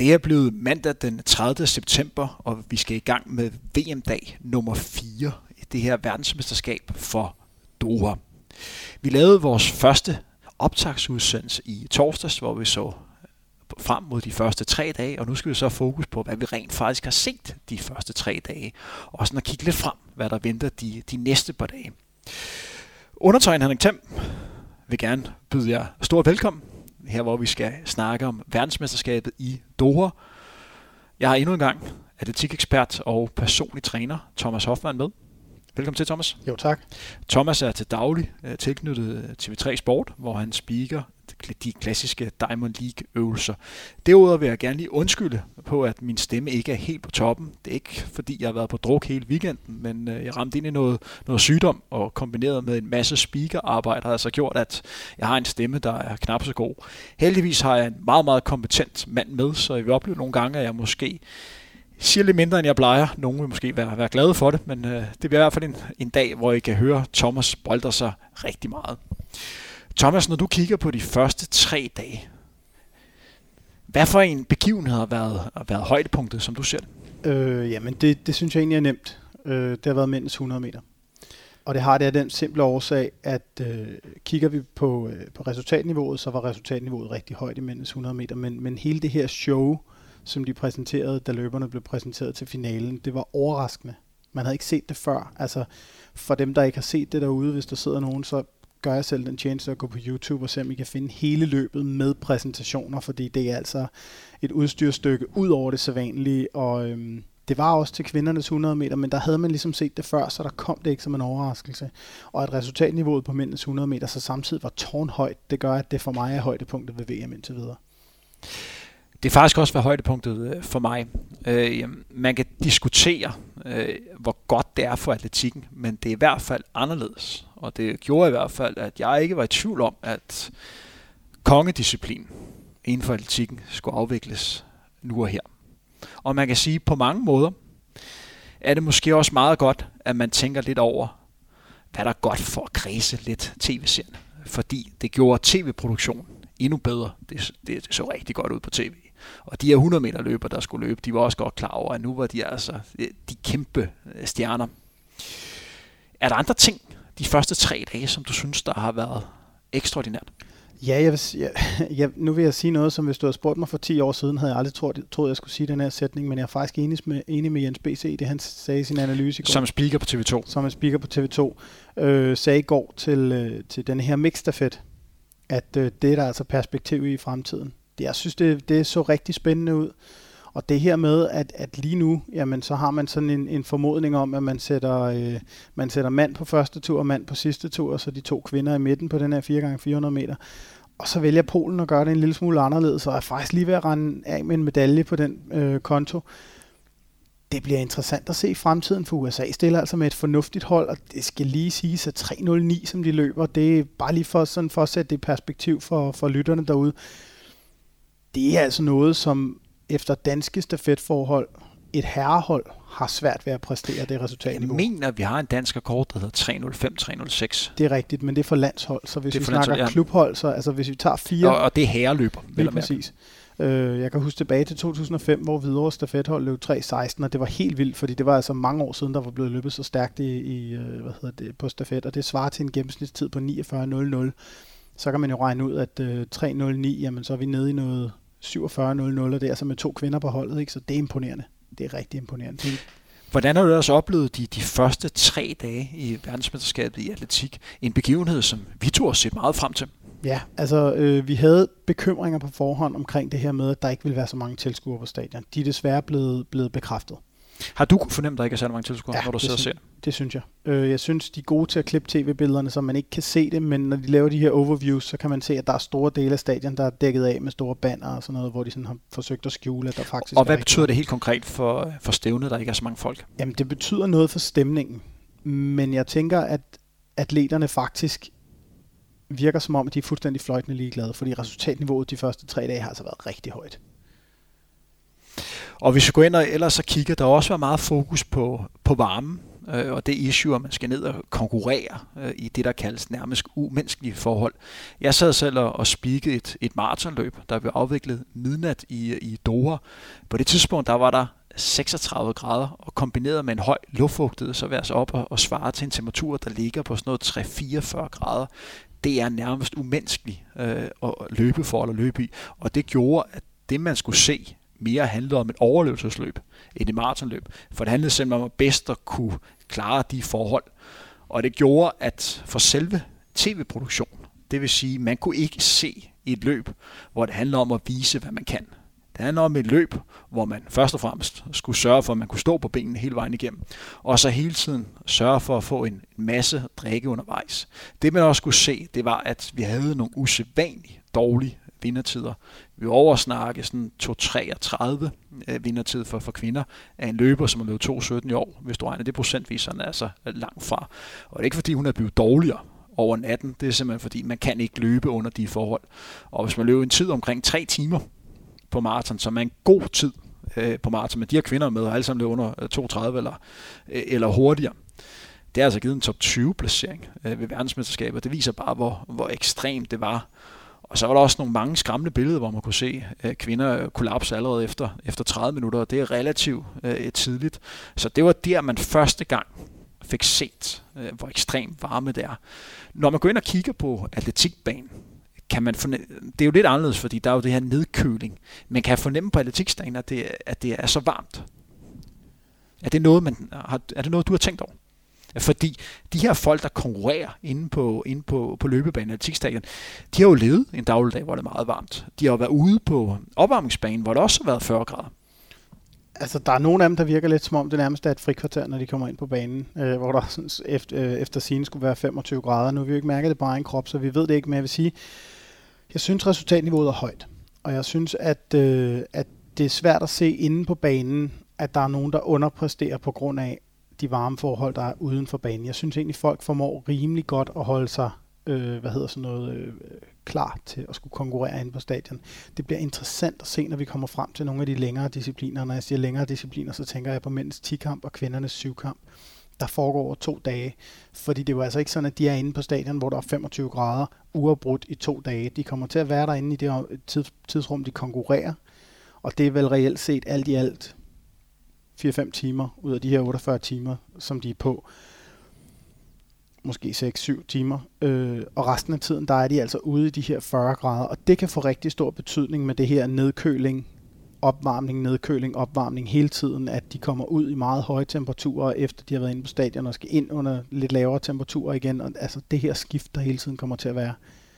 Det er blevet mandag den 30. september, og vi skal i gang med VM-dag nummer 4 i det her verdensmesterskab for Doha. Vi lavede vores første optagsudsendelse i torsdags, hvor vi så frem mod de første 3 dage, og nu skal vi så have fokus på, hvad vi rent faktisk har set de første 3 dage, og sådan at kigge lidt frem, hvad der venter de næste par dage. Undertegnet Henrik Them vil gerne byde jer stort velkommen, her hvor vi skal snakke om verdensmesterskabet i Doha. Jeg har endnu en gang atletikekspert og personlig træner Thomas Hoffmann med. Velkommen til, Thomas. Jo, tak. Thomas er til daglig tilknyttet TV3 Sport, hvor han speaker de klassiske Diamond League-øvelser. Derudover vil jeg gerne lige undskylde på, at min stemme ikke er helt på toppen. Det er ikke, fordi jeg har været på druk hele weekenden, men jeg ramte ind i noget sygdom, og kombineret med en masse speakerarbejde har altså gjort, at jeg har en stemme, der er knap så god. Heldigvis har jeg en meget, meget kompetent mand med, så jeg vil opleve nogle gange, at jeg måske siger lidt mindre, end jeg plejer. Nogle vil måske være glade for det, men det bliver i hvert fald en dag, hvor I kan høre Thomas boltre sig rigtig meget. Thomas, når du kigger på de første 3 dage, hvad for en begivenhed har været højdepunktet, som du ser det? Jamen det synes jeg egentlig er nemt. Det har været mændenes 100 meter. Og det har det af den simple årsag, at kigger vi på resultatniveauet, så var resultatniveauet rigtig højt i mændenes 100 meter. Men hele det her show, som de præsenterede, da løberne blev præsenteret til finalen, det var overraskende. Man havde ikke set det før. Altså for dem, der ikke har set det derude, hvis der sidder nogen, så gør jeg selv den tjeneste at gå på YouTube og se, om I kan finde hele løbet med præsentationer, fordi det er altså et udstyrstykke ud over det sædvanlige, og det var også til kvindernes 100 meter, men der havde man ligesom set det før, så der kom det ikke som en overraskelse. Og at resultatniveauet på mændenes 100 meter så samtidig var tårnhøjt, det gør, at det for mig er højdepunktet ved VM indtil videre. Det er faktisk også været højdepunktet for mig. Man kan diskutere, hvor godt det er for atletikken, men det er i hvert fald anderledes. Og det gjorde i hvert fald, at jeg ikke var i tvivl om, at kongedisciplin inden for atletikken skulle afvikles nu og her. Og man kan sige, at på mange måder er det måske også meget godt, at man tænker lidt over, hvad der er godt for at kredse lidt tv-serien. Fordi det gjorde tv-produktionen endnu bedre. Det så rigtig godt ud på tv. Og de her 100 meter løber, der skulle løbe, de var også godt klar over, at nu var de altså de kæmpe stjerner. Er der andre ting de første 3 dage, som du synes, der har været ekstraordinært? Ja, nu vil jeg sige noget, som hvis du havde spurgt mig for 10 år siden, havde jeg aldrig troet, jeg skulle sige den her sætning, men jeg er faktisk enig med Jens B.C., det han sagde i sin analyse i går. Som speaker på TV2. Som en speaker på TV2. Sagde i går til den her mixstafet, at det er der altså perspektiv i fremtiden. Jeg synes, det så rigtig spændende ud. Og det her med, at lige nu, jamen, så har man sådan en formodning om, at man sætter mand på første tur og mand på sidste tur, og så de 2 kvinder i midten på den her 4x400 meter. Og så vælger Polen at gøre det en lille smule anderledes, og er faktisk lige ved at rende af med en medalje på den konto. Det bliver interessant at se i fremtiden, for USA stiller altså med et fornuftigt hold, og det skal lige siges, at 3.09, som de løber, det er bare lige for at sætte det i perspektiv for lytterne derude. Det er altså noget, som efter danske stafetforhold, et herrehold har svært ved at præstere det resultatniveau. Jeg mener, at vi har en dansk rekord, der hedder 3.05-3.06. Det er rigtigt, men det er for landshold. Så hvis vi snakker klubhold, så altså hvis vi tager 4... Og det er herreløber. Lige præcis. Jeg kan huske tilbage til 2005, hvor Hvidovre stafethold løb 3.16, og det var helt vildt, fordi det var altså mange år siden, der var blevet løbet så stærkt på stafet, og det svarer til en gennemsnitstid på 49.00. Så kan man jo regne ud, at 3.09, jamen så er vi nede i noget 47.00, og det er altså med 2 kvinder på holdet, ikke? Så det er imponerende. Det er rigtig imponerende. Hvordan har du også oplevet de første 3 dage i verdensmesterskabet i atletik? En begivenhed, som vi to har set meget frem til. Ja, altså vi havde bekymringer på forhånd omkring det her med, at der ikke ville være så mange tilskuere på stadion. De er desværre blevet bekræftet. Har du fornemt, at der ikke er så mange tilskuere, når du sidder og ser? Det synes jeg. Jeg synes, de er gode til at klippe tv-billederne, så man ikke kan se det, men når de laver de her overviews, så kan man se, at der er store dele af stadion, der er dækket af med store banner og sådan noget, hvor de sådan har forsøgt at skjule, at der faktisk og hvad betyder det helt konkret for stævnet, der ikke er så mange folk? Jamen, det betyder noget for stemningen, men jeg tænker, at atleterne faktisk virker som om, at de er fuldstændig fløjtende ligeglade, fordi resultatniveauet de første 3 dage har altså været rigtig højt. Og hvis vi går ind og ellers så kigger, der har også været meget fokus på varmen. og det issue, at man skal ned og konkurrere i det, der kaldes nærmest umenneskelige forhold. Jeg sad selv og speakede et maratonløb, der blev afviklet midnat i Doha. På det tidspunkt, der var der 36 grader, og kombineret med en høj luftfugtighed, så vil jeg altså op og svare til en temperatur, der ligger på sådan noget 3-44 grader. Det er nærmest umenneskeligt at løbe for eller løbe i, og det gjorde, at det man skulle se mere handlede om et overlevelsesløb end et maratonløb, for det handlede simpelthen om at bedst at kunne klare de forhold, og det gjorde, at for selve tv-produktion, det vil sige, man kunne ikke se et løb, hvor det handler om at vise, hvad man kan. Det handler om et løb, hvor man først og fremmest skulle sørge for, at man kunne stå på benene hele vejen igennem, og så hele tiden sørge for at få en masse drikke undervejs. Det man også skulle se, det var, at vi havde nogle usædvanligt dårlige vindertider. Vi oversnakke sådan 2.33 vindertid for kvinder af en løber, som har løbet 2.17 i år, hvis du regner det procentvis, så er altså langt fra. Og det er ikke fordi, hun er blevet dårligere over natten, det er simpelthen fordi, man kan ikke løbe under de forhold. Og hvis man løber en tid omkring 3 timer på maraton, som er en god tid på maraton, men de her kvinder med, og alle sammen løber under 2.30 eller hurtigere. Det har altså givet en top 20 placering ved verdensmesterskabet. Det viser bare, hvor ekstremt det var. Og så var der også nogle mange skræmmende billeder, hvor man kunne se kvinder kollapse allerede efter 30 minutter, og det er relativt tidligt. Så det var der, man første gang fik set, hvor ekstremt varme det er. Når man går ind og kigger på atletikbanen, kan man fornemme, det er jo lidt anderledes, fordi der er jo det her nedkøling. Man kan fornemme på atletikstagen, at det er så varmt. Er det noget, du har tænkt over? Fordi de her folk, der konkurrerer inde på løbebanen og atletikstadion, de har jo levet en dagligdag, hvor det er meget varmt. De har jo været ude på opvarmningsbanen, hvor det også har været 40 grader. Altså, der er nogle af dem, der virker lidt som om det nærmest er et frikvarter, når de kommer ind på banen, hvor der sådan, efter scenen skulle være 25 grader. Nu har vi jo ikke mærket det bare i en krop, så vi ved det ikke, men jeg vil sige, jeg synes, resultatniveauet er højt. Og jeg synes, at det er svært at se inde på banen, at der er nogen, der underpresterer på grund af de varme forhold, der er uden for banen. Jeg synes egentlig, folk formår rimelig godt at holde sig klar til at skulle konkurrere inde på stadion. Det bliver interessant at se, når vi kommer frem til nogle af de længere discipliner. Når jeg siger længere discipliner, så tænker jeg på mændenes 10-kamp og kvindernes 7-kamp. Der foregår over 2 dage, fordi det er jo altså ikke sådan, at de er inde på stadion, hvor der er 25 grader uafbrudt i 2 dage. De kommer til at være derinde i det tidsrum, de konkurrerer, og det er vel reelt set alt i alt 4-5 timer ud af de her 48 timer, som de er på. Måske 6-7 timer. Og resten af tiden, der er de altså ude i de her 40 grader, og det kan få rigtig stor betydning med det her nedkøling, opvarmning hele tiden, at de kommer ud i meget høje temperaturer, efter de har været inde på stadion og skal ind under lidt lavere temperaturer igen. Og altså det her skift, der hele tiden kommer til at være.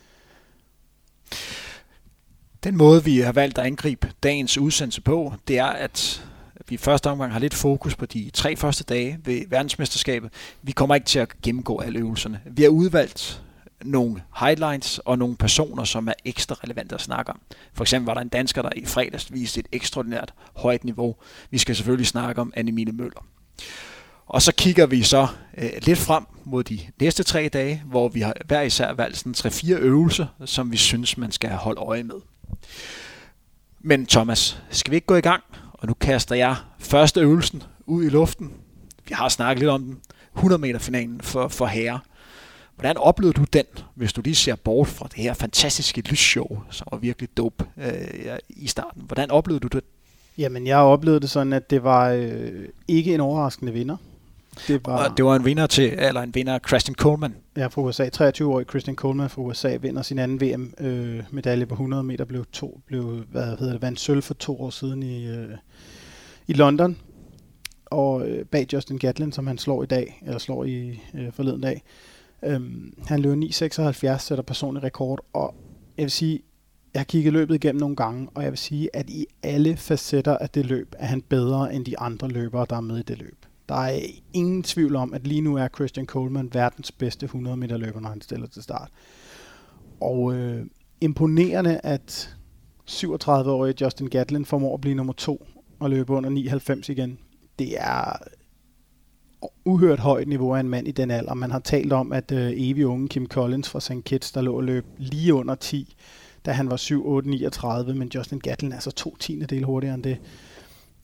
Den måde, vi har valgt at angribe dagens udsendelse på, det er, at vi i første omgang har lidt fokus på de 3 første dage ved verdensmesterskabet. Vi kommer ikke til at gennemgå alle øvelserne. Vi har udvalgt nogle highlights og nogle personer, som er ekstra relevante at snakke om. For eksempel var der en dansker, der i fredags viste et ekstraordinært højt niveau. Vi skal selvfølgelig snakke om Anne-Mille Møller. Og så kigger vi så lidt frem mod de næste 3 dage, hvor vi har hver især valgt sådan 3-4 øvelser, som vi synes, man skal holde øje med. Men Thomas, skal vi ikke gå i gang? Og nu kaster jeg første øvelsen ud i luften. Vi har snakket lidt om den. 100 meter finalen for herrer. Hvordan oplevede du den, hvis du lige ser bort fra det her fantastiske lysshow, som var virkelig dope i starten? Hvordan oplevede du det? Jamen, jeg oplevede det sådan, at det var ikke en overraskende vinder. Det var en vinder Christian Coleman. Ja, fra USA. 23-årig Christian Coleman fra USA vinder sin anden VM-medalje på 100 meter. Vandt sølv for 2 år siden i London. Og bag Justin Gatlin, som han slår forleden dag. Han løber 9.76, sætter personlig rekord. Og jeg vil sige, jeg har kigget løbet igennem nogle gange, og jeg vil sige, at i alle facetter af det løb er han bedre end de andre løbere, der er med i det løb. Der er ingen tvivl om, at lige nu er Christian Coleman verdens bedste 100 meter løber, når han stiller til start. Og imponerende, at 37-årige Justin Gatlin formår at blive nummer 2 og løbe under 9.90 igen. Det er uhørt højt niveau af en mand i den alder. Man har talt om, at evig unge Kim Collins fra St. Kitts, der lå og løb lige under 10, da han var 7-8-39, men Justin Gatlin er så 2/10 hurtigere end det.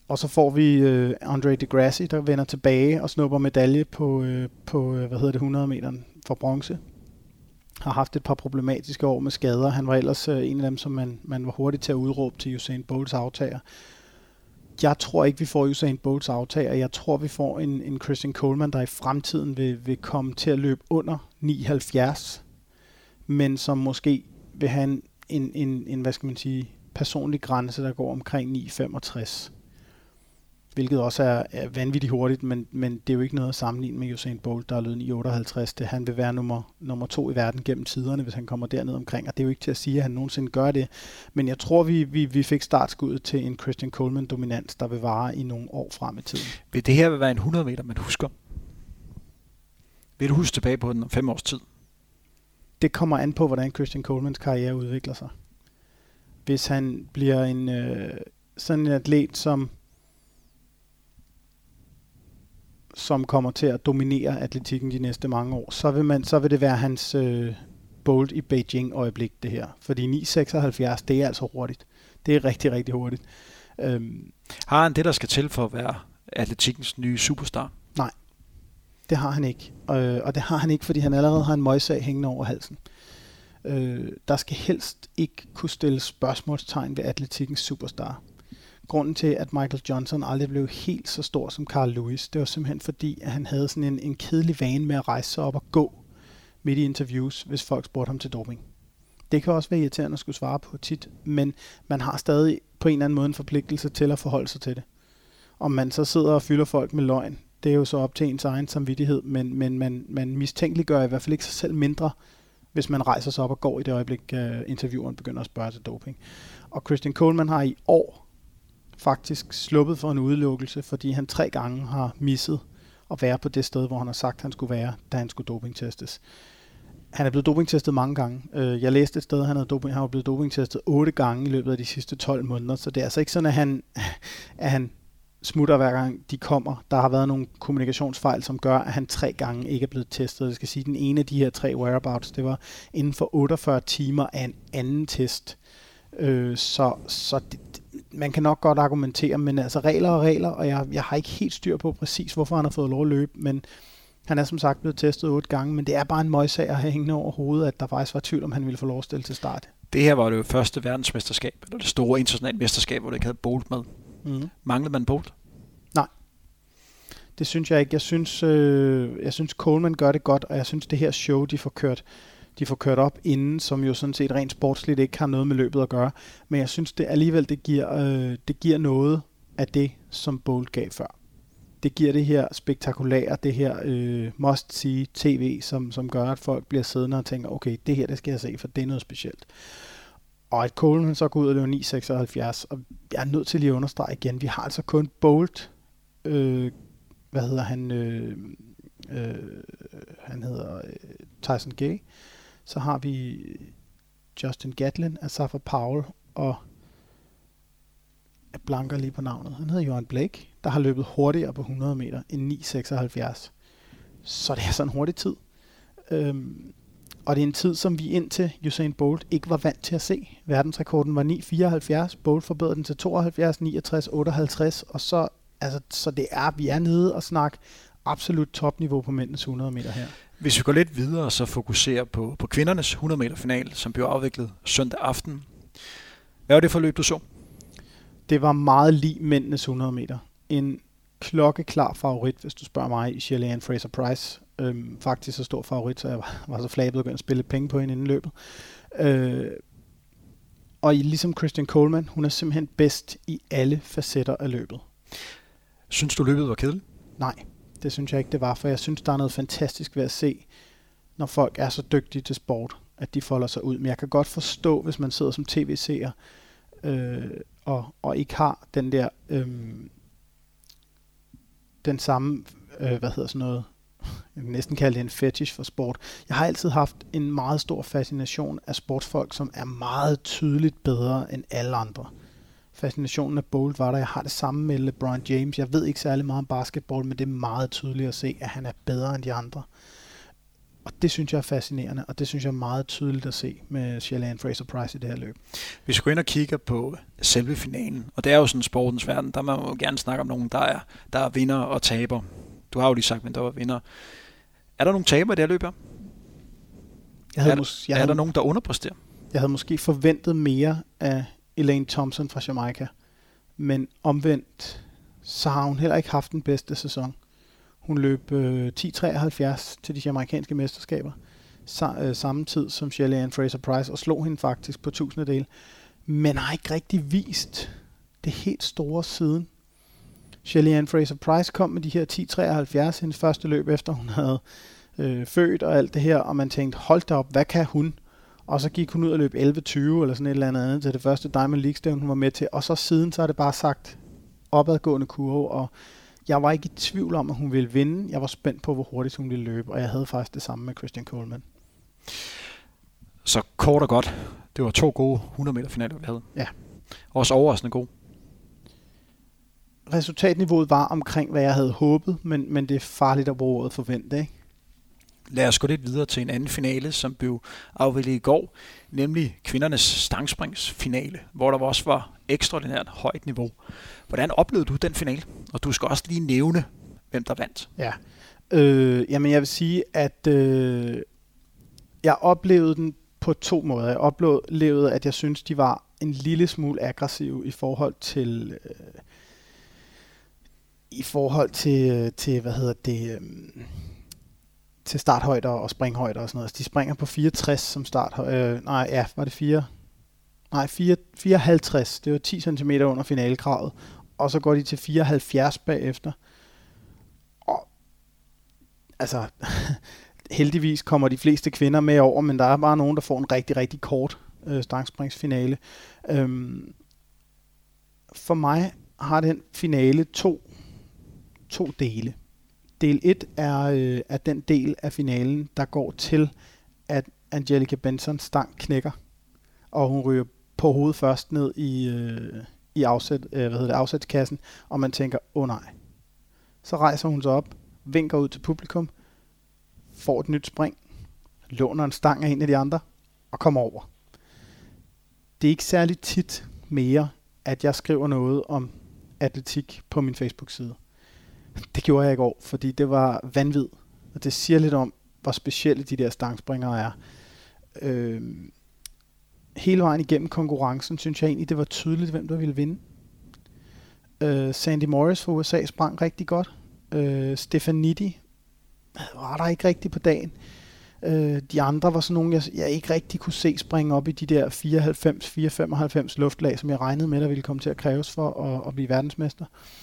Og så får vi Andre Degrassi, der vender tilbage og snupper medalje på 100 meter for bronze. Har haft et par problematiske år med skader. Han var ellers en af dem, som man var hurtig til at udråbe til Usain Bolts aftager. Jeg tror ikke, vi får Usain Bolts aftager. Jeg tror, vi får en Christian Coleman, der i fremtiden vil komme til at løbe under 9,70, men som måske vil have en hvad skal man sige, personlig grænse, der går omkring 9,65. Hvilket også er vanvittigt hurtigt, men det er jo ikke noget at sammenligne med Usain Bolt, der er løbet 9,58. Han vil være nummer 2 i verden gennem tiderne, hvis han kommer derned omkring. Og det er jo ikke til at sige, at han nogensinde gør det. Men jeg tror, vi fik startskuddet til en Christian Coleman-dominans, der vil vare i nogle år frem i tiden. Vil det her være en 100 meter, man husker? Vil du huske tilbage på den om 5 års tid? Det kommer an på, hvordan Christian Colemans karriere udvikler sig. Hvis han bliver sådan en atlet, som kommer til at dominere atletikken de næste mange år, så vil det være hans Bolt i Beijing-øjeblik, det her. Fordi 9,76, det er altså hurtigt. Det er rigtig, rigtig hurtigt. Har han det, der skal til for at være atletikkens nye superstar? Nej, det har han ikke. Og det har han ikke, fordi han allerede har en møjsag hængende over halsen. Der skal helst ikke kunne stille spørgsmålstegn ved atletikkens superstar. Grunden til, at Michael Johnson aldrig blev helt så stor som Carl Lewis, det var simpelthen fordi, at han havde sådan en kedelig vane med at rejse sig op og gå midt i interviews, hvis folk spurgte ham til doping. Det kan også være irriterende at skulle svare på tit, men man har stadig på en eller anden måde en forpligtelse til at forholde sig til det. Om man så sidder og fylder folk med løgn, det er jo så op til ens egen samvittighed, men man mistænkeliggør i hvert fald ikke sig selv mindre, hvis man rejser sig op og går i det øjeblik, intervieweren begynder at spørge til doping. Og Christian Coleman har i år faktisk sluppet for en udelukkelse, fordi han 3 gange har misset at være på det sted, hvor han har sagt, han skulle være, da han skulle dopingtestes. Han er blevet dopingtestet mange gange. Jeg læste et sted, at han var blevet dopingtestet 8 gange i løbet af de sidste 12 måneder, så det er altså ikke sådan, at han smutter hver gang de kommer. Der har været nogle kommunikationsfejl, som gør, at han 3 gange ikke er blevet testet. Jeg skal sige, at den ene af de her 3 whereabouts, det var inden for 48 timer af en anden test. Så man kan nok godt argumentere, men altså regler og regler, og jeg har ikke helt styr på præcis, hvorfor han har fået lov at løbe, men han er som sagt blevet testet 8 gange, men det er bare en møjsag at have hængende over hovedet, at der faktisk var tvivl, om han ville få lov at stille til start. Det her var det jo første verdensmesterskab, eller det store internationale mesterskab, hvor det ikke havde Bolt med. Mm. Manglede man Bolt? Nej, det synes jeg ikke. Jeg synes Coleman gør det godt, og jeg synes det her show, de får kørt op inden, som jo sådan set rent sportsligt ikke har noget med løbet at gøre. Men jeg synes det alligevel, det giver noget af det, som Bolt gav før. Det giver det her spektakulære, det her must-see tv, som gør, at folk bliver siddende og tænker, okay, det her, det skal jeg se, for det er noget specielt. Og at Coleman så går ud og løber 9,76, og jeg er nødt til lige at understrege igen, vi har altså kun Bolt, han hedder Tyson Gay, så har vi Justin Gatlin, Asafa Powell, og jeg blanker lige på navnet. Han hedder Johan Blake, der har løbet hurtigere på 100 meter end 9,76. Så det er sådan en hurtig tid. Og det er en tid, som vi indtil Usain Bolt ikke var vant til at se. Verdensrekorden var 9,74. Bolt forbedrede den til 72, 69, 58. Og så vi er nede og snakke absolut topniveau på mændenes 100 meter her. Hvis vi går lidt videre og så fokuserer på kvindernes 100 meter final, som blev afviklet søndag aften. Hvad var det for løb, du så? Det var meget lig mændenes 100 meter. En klokkeklar favorit, hvis du spørger mig, i Shelly-Ann Fraser-Pryce. Faktisk så stor favorit, så jeg var så flabet og begyndte at spille penge på hende inden løbet. Og ligesom Christian Coleman, hun er simpelthen bedst i alle facetter af løbet. Synes du, løbet var kedeligt? Nej, det synes jeg ikke, det var, for jeg synes, der er noget fantastisk ved at se, når folk er så dygtige til sport, at de folder sig ud. Men jeg kan godt forstå, hvis man sidder som tv-seer og ikke har den der den samme, jeg kan næsten kalde det en fetish for sport. Jeg har altid haft en meget stor fascination af sportsfolk, som er meget tydeligt bedre end alle andre. Fascinationen af Bolt var der. Jeg har det samme med LeBron James. Jeg ved ikke særlig meget om basketball, men det er meget tydeligt at se, at han er bedre end de andre. Og det synes jeg er fascinerende, og det synes jeg er meget tydeligt at se med Shelly-Ann Fraser-Pryce i det her løb. Vi skal gå ind og kigge på selve finalen, og det er jo sådan sportens verden, der må man jo gerne snakke om nogen, der er vinder og taber. Du har jo lige sagt, hvem der var vinder. Er der nogen taber i det her løb her? Er der nogen, der underpresterer? Jeg havde måske forventet mere af Elaine Thompson fra Jamaica, men omvendt, så har hun heller ikke haft den bedste sæson. Hun løb 10.73 til de jamaikanske mesterskaber, samme tid som Shelly-Ann Fraser-Pryce, og slog hende faktisk på 1000-del, men har ikke rigtig vist det helt store siden. Shelly-Ann Fraser-Pryce kom med de her 10.73, hendes første løb efter hun havde født og alt det her, og man tænkte, hold da op, hvad kan hun? Og så gik hun ud og løb 11.20 eller sådan et eller andet til det første Diamond League-stævne, hun var med til, og så siden, så er det bare sagt opadgående kurve, og jeg var ikke i tvivl om, at hun ville vinde. Jeg var spændt på, hvor hurtigt hun ville løbe, og jeg havde faktisk det samme med Christian Coleman. Så kort og godt, det var 2 gode 100 meter finaler, vi havde. Ja. Også overraskende gode. Resultatniveauet var omkring, hvad jeg havde håbet, men det er farligt at bruge ordet forvente, ikke? Lad os gå lidt videre til en anden finale, som blev afviklet i går, nemlig kvindernes stangspringsfinale, hvor der også var ekstraordinært højt niveau. Hvordan oplevede du den finale? Og du skal også lige nævne, hvem der vandt. Ja, jamen jeg vil sige, at jeg oplevede den på 2 måder. Jeg oplevede, at jeg synes, de var en lille smule aggressive i forhold til til starthøjder og springhøjder og sådan noget. De springer på 64 som starthøjde. Var det 4? Nej, 54. Det var 10 cm under finalekravet. Og så går de til 74 bagefter. Og altså, heldigvis kommer de fleste kvinder med over, men der er bare nogen, der får en rigtig, rigtig kort stangspringsfinale. For mig har den finale to dele. Del 1 er den del af finalen, der går til, at Angelica Benson stang knækker, og hun ryger på hovedet først ned i afsætskassen, og man tænker, nej. Så rejser hun sig op, vinker ud til publikum, får et nyt spring, låner en stang af en af de andre, og kommer over. Det er ikke særlig tit mere, at jeg skriver noget om atletik på min Facebook-side. Det gjorde jeg i går, fordi det var vanvid, og det siger lidt om, hvor specielle de der stangspringere er. Hele vejen igennem konkurrencen, synes jeg egentlig, det var tydeligt, hvem der ville vinde. Sandy Morris fra USA sprang rigtig godt. Stefanidi var der ikke rigtig på dagen. De andre var sådan nogle, jeg ikke rigtig kunne se springe op i de der 94-495 luftlag, som jeg regnede med, der ville komme til at kræves for at blive verdensmester.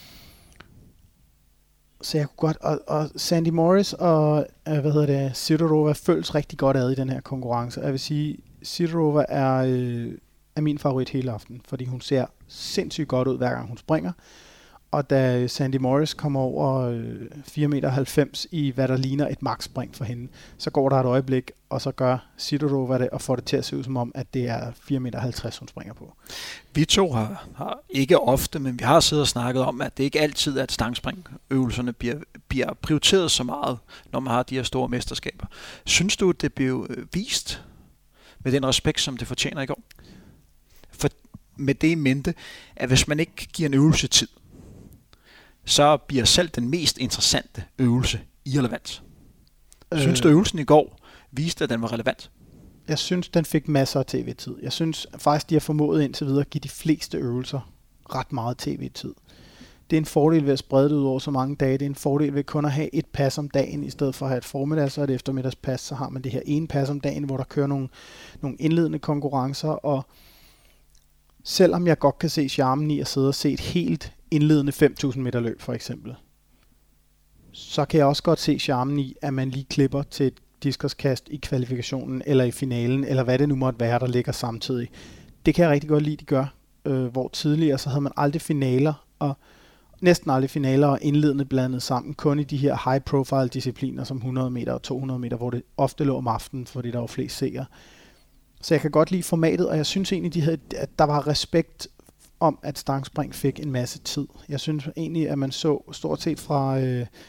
Så jeg kunne godt, og Sandy Morris og Sidorova føles rigtig godt ad i den her konkurrence. Jeg vil sige, Sidorova er min favorit hele aften, fordi hun ser sindssygt godt ud, hver gang hun springer. Og da Sandy Morris kommer over 4,90 meter i, hvad der ligner et max-spring for hende, så går der et øjeblik, og så gør Sidorova det, og får det til at se ud som om, at det er 4,50 meter, hun springer på. Vi to har ikke ofte, men vi har siddet og snakket om, at det ikke altid er, at stangspringøvelserne bliver prioriteret så meget, når man har de her store mesterskaber. Synes du, det blev vist med den respekt, som det fortjener i går? For med det i mente, at hvis man ikke giver en øvelse tid, så bliver selv den mest interessante øvelse irrelevant. Synes du, øvelsen i går viste, at den var relevant? Jeg synes, den fik masser af tv-tid. Jeg synes faktisk, de har formået indtil videre at give de fleste øvelser ret meget tv-tid. Det er en fordel ved at sprede det ud over så mange dage. Det er en fordel ved kun at have et pas om dagen, i stedet for at have et formiddags- og et eftermiddagspas. Så har man det her ene pas om dagen, hvor der kører nogle indledende konkurrencer. Og selvom jeg godt kan se charmen i at sidde og se et helt indledende 5.000 meter løb for eksempel, så kan jeg også godt se charmen i, at man lige klipper til et diskoskast i kvalifikationen eller i finalen, eller hvad det nu måtte være, der ligger samtidig. Det kan jeg rigtig godt lide, de gør. Hvor tidligere så havde man aldrig finaler, og næsten aldrig finaler og indledende blandet sammen, kun i de her high profile discipliner som 100 meter og 200 meter, hvor det ofte lå om aftenen, fordi der var flest seere. Så jeg kan godt lide formatet, og jeg synes egentlig, at der var respekt om, at stangspring fik en masse tid. Jeg synes egentlig, at man så stort set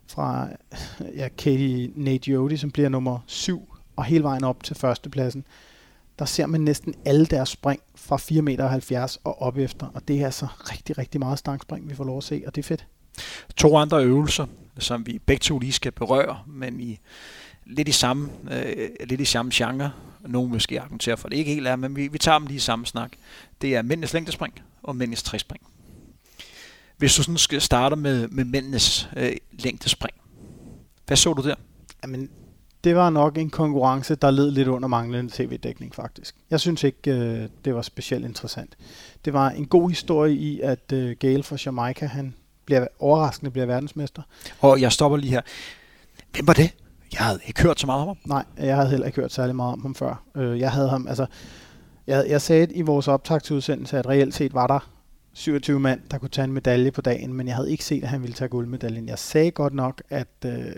fra Katie Nagioti, som bliver nummer 7, og hele vejen op til førstepladsen. Der ser man næsten alle deres spring fra 4,70 meter og op efter, og det er altså rigtig, rigtig meget stangspring, vi får lov at se, og det er fedt. 2 andre øvelser, som vi begge to lige skal berøre, men lidt i samme genre. Nogen måske argumenterer for, det ikke helt er, men vi tager dem lige i samme snak. Det er mændenes længdespring og mændenes trespring. Hvis du sådan skal starte med mændenes længdespring, hvad så du der? Jamen, det var nok en konkurrence, der led lidt under manglende tv-dækning faktisk. Jeg synes ikke, det var specielt interessant. Det var en god historie i, at Gale fra Jamaica, han overraskende bliver verdensmester. Og jeg stopper lige her. Hvem var det? Jeg havde ikke hørt så meget om ham. Nej, jeg havde heller ikke hørt særlig meget om ham før. Jeg havde ham, altså, jeg sagde i vores optagsudsendelse, at reelt set var der 27 mand, der kunne tage en medalje på dagen, men jeg havde ikke set, at han ville tage guldmedaljen. Jeg sagde godt nok, at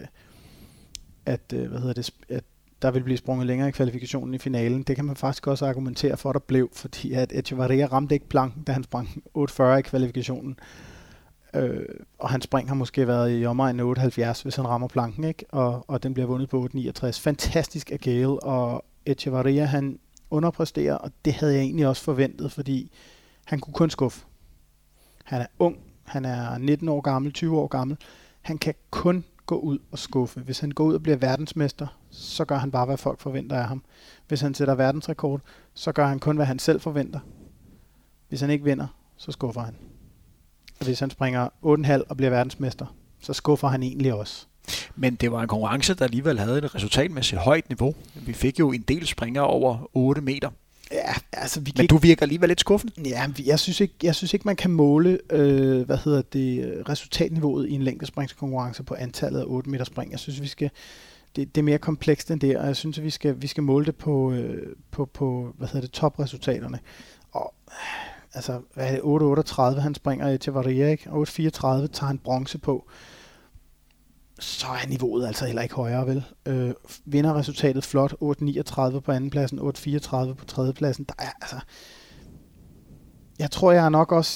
der ville blive sprunget længere i kvalifikationen i finalen. Det kan man faktisk også argumentere for, der blev, fordi at Echevarria ramte ikke planken, da han sprang 8,40 i kvalifikationen. Og hans spring har måske været i omegn 8,70, hvis han rammer planken, ikke? Og den bliver vundet på 8,69. Fantastisk af Gale, og Echevarria, han underpresterer, og det havde jeg egentlig også forventet, fordi han kunne kun skuffe. Han er ung, han er 19 år gammel, 20 år gammel. Han kan kun gå ud og skuffe. Hvis han går ud og bliver verdensmester, så gør han bare, hvad folk forventer af ham. Hvis han sætter verdensrekord, så gør han kun, hvad han selv forventer. Hvis han ikke vinder, så skuffer han. Og hvis han springer 8,5 og bliver verdensmester, så skuffer han egentlig også. Men det var en konkurrence, der alligevel havde et resultatmæssigt højt niveau. Vi fik jo en del springere over 8 meter. Ja, altså men du virker alligevel lidt skuffende. Ja, jeg synes ikke man kan måle resultatniveauet i en længdespringskonkurrence på antallet af 8 meter spring. Jeg synes det er mere komplekst end det, og jeg synes at vi skal måle det på topresultaterne. Og altså hvad er det 8,38 han springer til Echevarria, ikke? 8,34 tager han bronze på. Så er niveauet altså heller ikke højere, vel? Vinder resultatet flot, 8,39 på andenpladsen, 8,34 på tredjepladsen. Der er altså... Jeg tror, jeg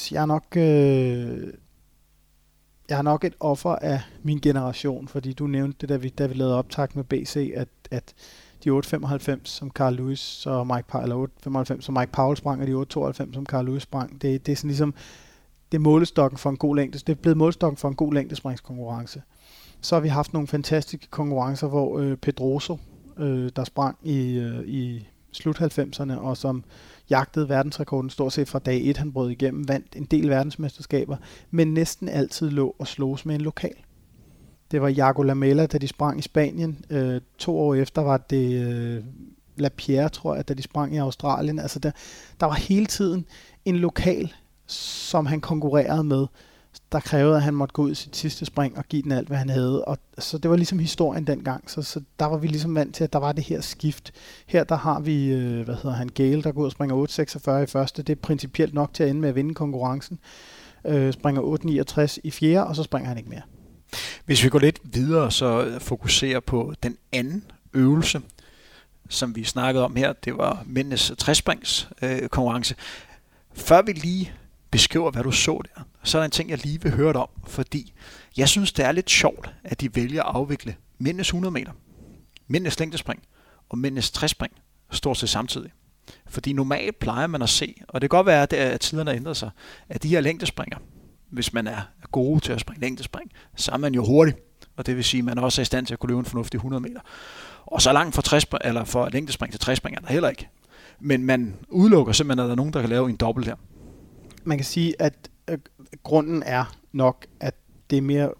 er nok et offer af min generation, fordi du nævnte det, da vi lavede optakt med BC, at de 8,95 som Carl Lewis og Mike Powell sprang, og de 8,92 som Carl Lewis sprang, det er sådan ligesom, det er målestokken for en god længde. Det er blevet målestokken for en god længdespringskonkurrence. Så har vi haft nogle fantastiske konkurrencer, hvor Pedroso, der sprang i slut 90'erne, og som jagtede verdensrekorden stort set fra dag 1, han brød igennem, vandt en del verdensmesterskaber, men næsten altid lå og slogs med en lokal. Det var Iago Lamela, da de sprang i Spanien. 2 år efter var det Lapierre, tror jeg, da de sprang i Australien. Altså der var hele tiden en lokal, som han konkurrerede med, der krævede, at han måtte gå ud i sit sidste spring og give den alt, hvad han havde. Og så det var ligesom historien dengang. Så der var vi ligesom vant til, at der var det her skift. Her der har vi, Gale, der går ud og springer 8,46 i første. Det er principielt nok til at ende med at vinde konkurrencen. Springer 8,69 i fjerde, og så springer han ikke mere. Hvis vi går lidt videre, så fokuserer på den anden øvelse, som vi snakkede om her. Det var mændenes tresprings konkurrence. Før vi lige beskriver, hvad du så der, så er der en ting, jeg lige vil høre dig om, fordi jeg synes, det er lidt sjovt, at de vælger at afvikle mændenes 100 meter, mændenes længdespring og mændenes træspring stort set samtidig. Fordi normalt plejer man at se, og det kan godt være, at tiderne ændrer sig, at de her længdespringer, hvis man er gode til at springe længdespring, så er man jo hurtig, og det vil sige, at man også er i stand til at kunne løbe en fornuftig 100 meter. Og så langt fra længdespring til træspring er der heller ikke. Men man udelukker simpelthen, at der er nogen, der kan lave en dobbelt her. Man kan sige, at grunden er nok, at det er mere,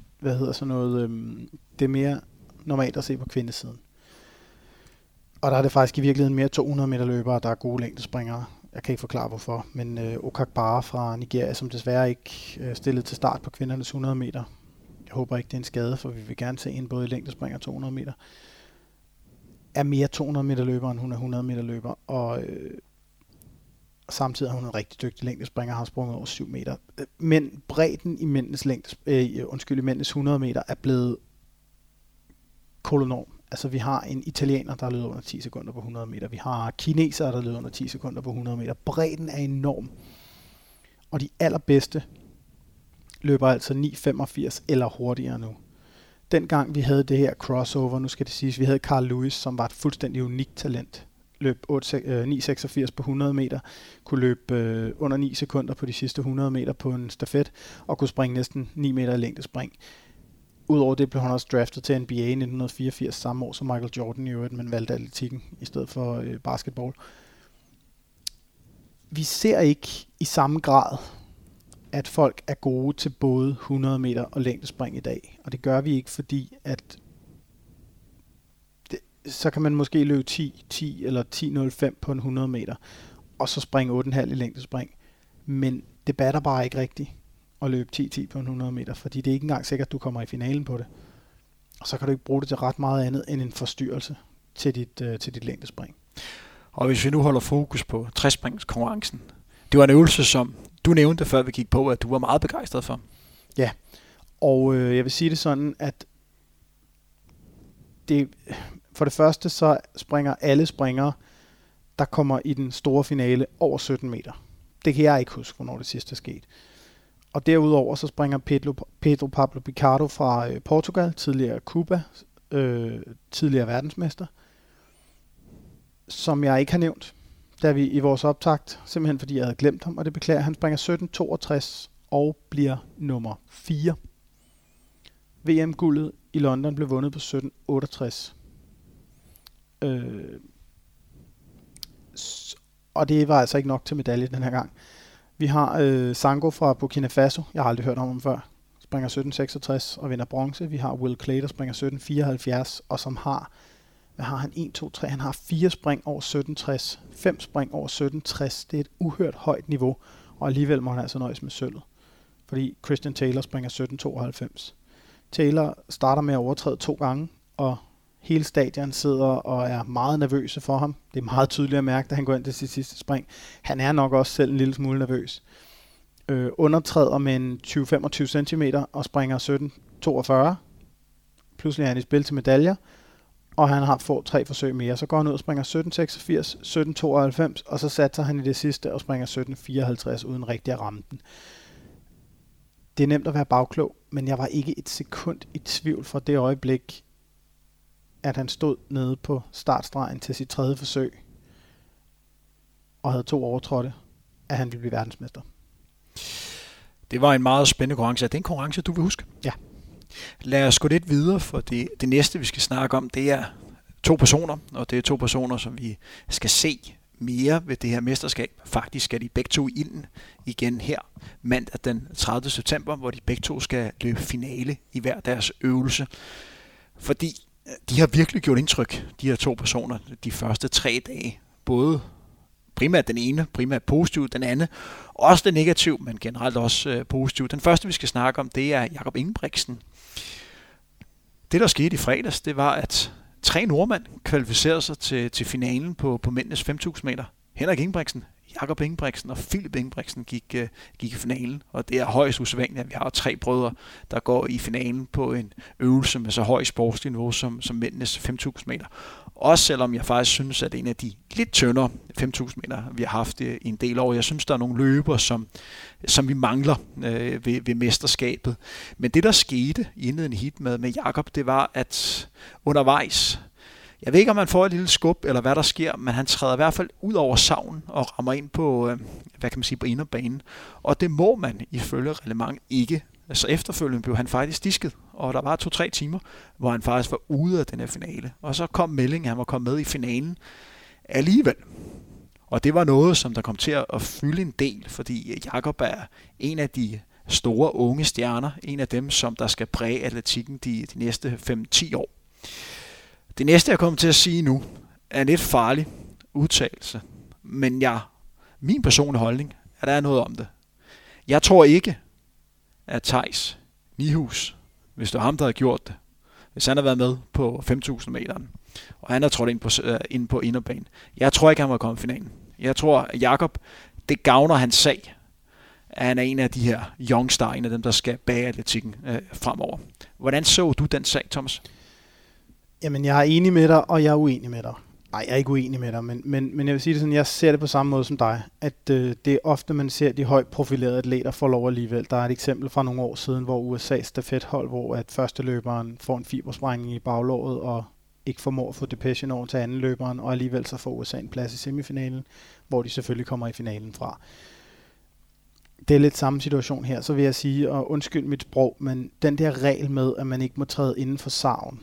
det er mere normalt at se på kvindesiden. Og der er det faktisk i virkeligheden mere 200 meter løbere, der er gode længdespringere. Jeg kan ikke forklare hvorfor, men Okagbare fra Nigeria, som desværre ikke stillede til start på kvindernes 100 meter. Jeg håber ikke, det er en skade, for vi vil gerne se en både i længdespring og 200 meter. Er mere 200 meter løber, end hun er 100 meter løber, og samtidig er hun en rigtig dygtig længdespringer, har sprunget over 7 meter. Men bredden i mændenes 100 meter er blevet kolonorm. Altså vi har en italiener, der løber under 10 sekunder på 100 meter. Vi har kinesere, der løber under 10 sekunder på 100 meter. Bredden er enorm. Og de allerbedste løber altså 9,85 eller hurtigere nu. dengang vi havde det her crossover, nu skal det siges, vi havde Carl Lewis, som var et fuldstændig unikt talent. Løb 9,86 på 100 meter, kunne løbe under 9 sekunder på de sidste 100 meter på en stafet, og kunne springe næsten 9 meter i længdespring. Udover det blev han også draftet til NBA i 1984, samme år som Michael Jordan i øvrigt, men valgte atletikken i stedet for basketball. Vi ser ikke i samme grad, at folk er gode til både 100 meter og længdespring i dag. Og det gør vi ikke, fordi at så kan man måske løbe 10 eller 10,05 på en 100 meter, og så springe 8,5 i længdespring. Men det batter bare ikke rigtigt at løbe 10 på en 100 meter, fordi det er ikke engang sikkert, at du kommer i finalen på det. Og så kan du ikke bruge det til ret meget andet end en forstyrrelse til dit længdespring. Og hvis vi nu holder fokus på 60-springskonkurrencen, det var en øvelse, som du nævnte, før vi gik på, at du var meget begejstret for. Ja, og jeg vil sige det sådan, at det, for det første så springer alle springere, der kommer i den store finale over 17 meter. Det kan jeg ikke huske, hvornår det sidste er sket. Og derudover så springer Pedro Pablo Picardo fra Portugal, tidligere Cuba, tidligere verdensmester, som jeg ikke har nævnt, da vi i vores optakt, simpelthen fordi jeg havde glemt ham, og det beklager, han springer 17,62 og bliver nummer 4. VM-guldet i London blev vundet på 17,68. Og det var altså ikke nok til medalje den her gang. Vi har Sango fra Burkina Faso, jeg har aldrig hørt om ham før, springer 17,66 og vinder bronze. Vi har Will Clay, der springer 17,74, og som har, hvad har han, 1, 2, 3, han har 4 spring over 17,60, 5 spring over 17,60, det er et uhørt højt niveau, og alligevel må han altså nøjes med sølvet, fordi Christian Taylor springer 17,92. Taylor starter med at overtræde 2 gange, og hele stadion sidder og er meget nervøse for ham. Det er meget tydeligt at mærke, da han går ind til sit sidste spring. Han er nok også selv en lille smule nervøs. Undertræder med en 20-25 cm og springer 17,42. Pludselig er han i spil til medaljer, og han får 3 forsøg mere. Så går han ud og springer 17,86, 17,92, og så satser han i det sidste og springer 17,54 uden rigtig at ramme den. Det er nemt at være bagklog, men jeg var ikke et sekund i tvivl fra det øjeblik, at han stod nede på startstregen til sit 3. forsøg og havde 2 overtrådte, at han ville blive verdensmester. Det var en meget spændende konkurrence. Er det en konkurrence, du vil huske? Ja. Lad os gå lidt videre, for det næste, vi skal snakke om, det er 2 personer, og det er 2 personer, som vi skal se mere ved det her mesterskab. Faktisk skal de begge 2 i ilden igen her mandag den 30. september, hvor de begge 2 skal løbe finale i hver deres øvelse. Fordi de har virkelig gjort indtryk, de her 2 personer, de første 3 dage. Både primært den ene, primært positiv, den anden også det negativ, men generelt også positiv. Den første, vi skal snakke om, det er Jakob Ingebrigtsen. Det, der skete i fredags, det var, at 3 nordmænd kvalificerede sig til finalen på mændenes 5.000 meter. Henrik Ingebrigtsen, Jakob Ingebrigtsen og Philip Ingebrigtsen gik i finalen, og det er højst usædvanligt, at vi har 3 brødre, der går i finalen på en øvelse med så høj sportslig niveau som mændenes 5.000 meter. Også selvom jeg faktisk synes, at det er en af de lidt tyndere 5.000 meter, vi har haft i en del år. Jeg synes, der er nogle løber, som vi mangler ved mesterskabet. Men det, der skete i indledende heat med Jakob, det var, at undervejs, jeg ved ikke, om han får et lille skub, eller hvad der sker, men han træder i hvert fald ud over savnen og rammer ind på, på inderbanen. Og det må man ifølge reglement ikke. Så efterfølgende blev han faktisk disket, og der var 2-3 timer, hvor han faktisk var ude af den her finale. Og så kom meldingen, at han var kommet med i finalen alligevel. Og det var noget, som der kom til at fylde en del, fordi Jakob er en af de store unge stjerner, en af dem, som der skal præge atletikken de næste 5-10 år. Det næste, jeg kommer til at sige nu, er en lidt farlig udtalelse, men min personlige holdning, at der er noget om det. Jeg tror ikke, at Theis Nihus, hvis det var ham, der havde gjort det, hvis han har været med på 5.000 meter, og han har trådt ind på inderbanen, jeg tror ikke, han var kommet i finalen. Jeg tror, at Jakob, det gavner hans sag, at han er en af de her youngstar, en af dem, der skal bage atletikken fremover. Hvordan så du den sag, Thomas? Jamen, jeg er enig med dig, og jeg er uenig med dig. Nej, jeg er ikke uenig med dig, men jeg vil sige det sådan, jeg ser det på samme måde som dig, at det er ofte, man ser de højt profilerede atleter få lov alligevel. Der er et eksempel fra nogle år siden, hvor USA's stafethold, hvor at første løberen får en fibersprængning i baglåret og ikke formår at få depression over til anden løberen, og alligevel så får USA en plads i semifinalen, hvor de selvfølgelig kommer i finalen fra. Det er lidt samme situation her, så vil jeg sige, og undskyld mit sprog, men den der regel med, at man ikke må træde inden for savn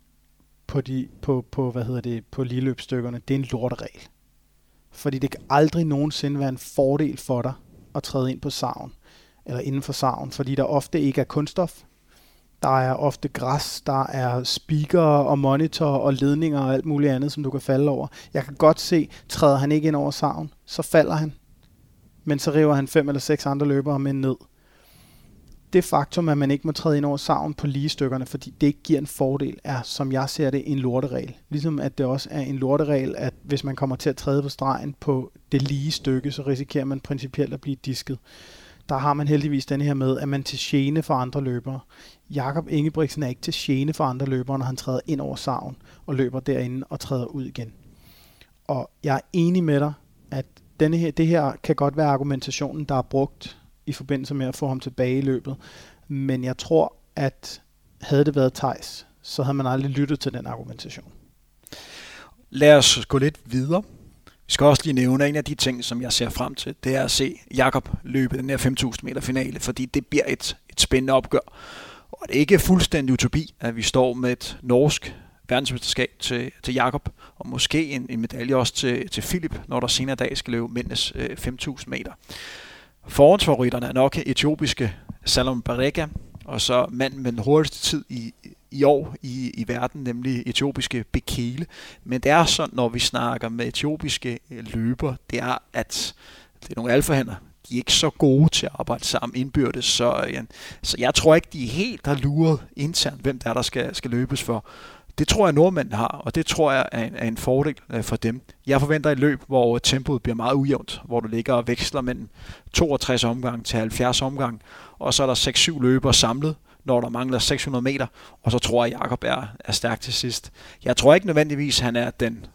på ligeløbsstykkerne, det er en lorteregel. Fordi det kan aldrig nogensinde være en fordel for dig at træde ind på savn, eller inden for savn, fordi der ofte ikke er kunststof. Der er ofte græs, der er speaker og monitor og ledninger og alt muligt andet, som du kan falde over. Jeg kan godt se, træder han ikke ind over savn, så falder han. Men så river han 5 eller 6 andre løbere med ned. Det faktum, at man ikke må træde ind over savn på lige stykkerne, fordi det ikke giver en fordel, er, som jeg ser det, en lorteregel. Ligesom at det også er en lorteregel, at hvis man kommer til at træde på stregen på det lige stykke, så risikerer man principielt at blive disket. Der har man heldigvis den her med, at man til gene for andre løbere. Jakob Ingebrigtsen er ikke til gene for andre løbere, når han træder ind over savn og løber derinde og træder ud igen. Og jeg er enig med dig, at det her kan godt være argumentationen, der er brugt i forbindelse med at få ham tilbage i løbet. Men jeg tror, at havde det været Theis, så havde man aldrig lyttet til den argumentation. Lad os gå lidt videre. Vi skal også lige nævne en af de ting, som jeg ser frem til, det er at se Jakob løbe den her 5.000 meter finale, fordi det bliver et spændende opgør. Og det er ikke fuldstændig utopi, at vi står med et norsk verdensmesterskab til Jakob, og måske en medalje også til Philip, når der senere dag skal løbe mændenes 5.000 meter. Forhåndsfavoritterne er nok etiopiske Salom Barega, og så manden med den hurtigste tid i år i verden, nemlig etiopiske Bekele. Men det er sådan, når vi snakker med etiopiske løber, det er, at det er nogle alfahander. De er ikke så gode til at arbejde sammen indbyrdes, så jeg tror ikke, de er helt har luret internt, hvem der skal løbes for. Det tror jeg, nordmændene har, og det tror jeg er en fordel for dem. Jeg forventer et løb, hvor tempoet bliver meget ujævnt, hvor du ligger og veksler mellem 62 omgang til 70 omgang, og så er der 6-7 løbere samlet, når der mangler 600 meter, og så tror jeg, at Jakob er stærk til sidst. Jeg tror ikke nødvendigvis, han er den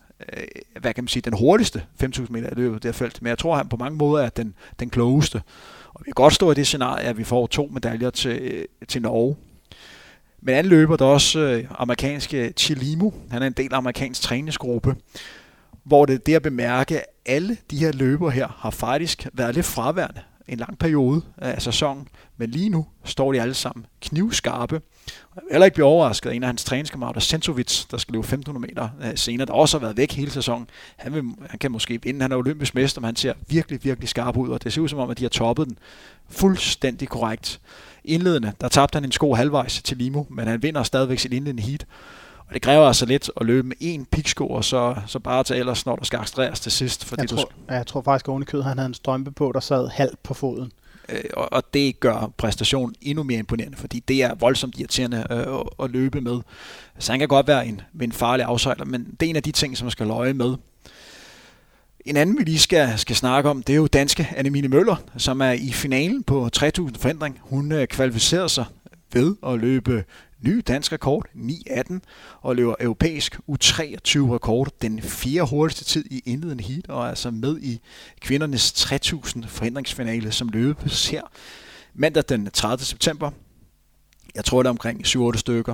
hurtigste 5.000 meter i løbet af det her felt, men jeg tror, han på mange måder er den klogeste. Og vi kan godt stå i det scenarie, at vi får 2 medaljer til Norge. Men anden løber, der er også amerikanske Chilimo. Han er en del af amerikansk træningsgruppe, hvor det er det at bemærke, at alle de her løbere her har faktisk været lidt fraværende en lang periode af sæsonen. Men lige nu står de alle sammen knivskarpe. Og jeg vil heller ikke blive overrasket af en af hans træningskammerater, Sentovic, der skal løbe 1.500 meter senere, der også har været væk hele sæsonen. Han kan måske vinde, han er olympisk mester, men han ser virkelig, virkelig skarp ud, og det ser ud som om, at de har toppet den fuldstændig korrekt. Indledende, der tabte han en sko halvvejs til Limo, men han vinder stadigvæk sit indledende heat. Og det kræver altså lidt at løbe med 1 piksko, og så bare til ellers, når der skal accelereres til sidst. Fordi jeg tror faktisk, oven i kød, han havde en strømpe på, der sad halvt på foden. Og det gør præstationen endnu mere imponerende, fordi det er voldsomt irriterende at løbe med. Så han kan godt være en farlig afsejler, men det er en af de ting, som man skal løje med. En anden, vi lige skal snakke om, det er jo danske Annemile Møller, som er i finalen på 3.000 forhindring. Hun kvalificerede sig ved at løbe ny dansk rekord, 9.18, og løber europæisk U23-rekord, den 4. hurtigste tid i indledende heat, og er altså med i kvindernes 3.000 forhindringsfinale, som løbes her mandag den 30. september. Jeg tror, det er omkring 7-8 stykker.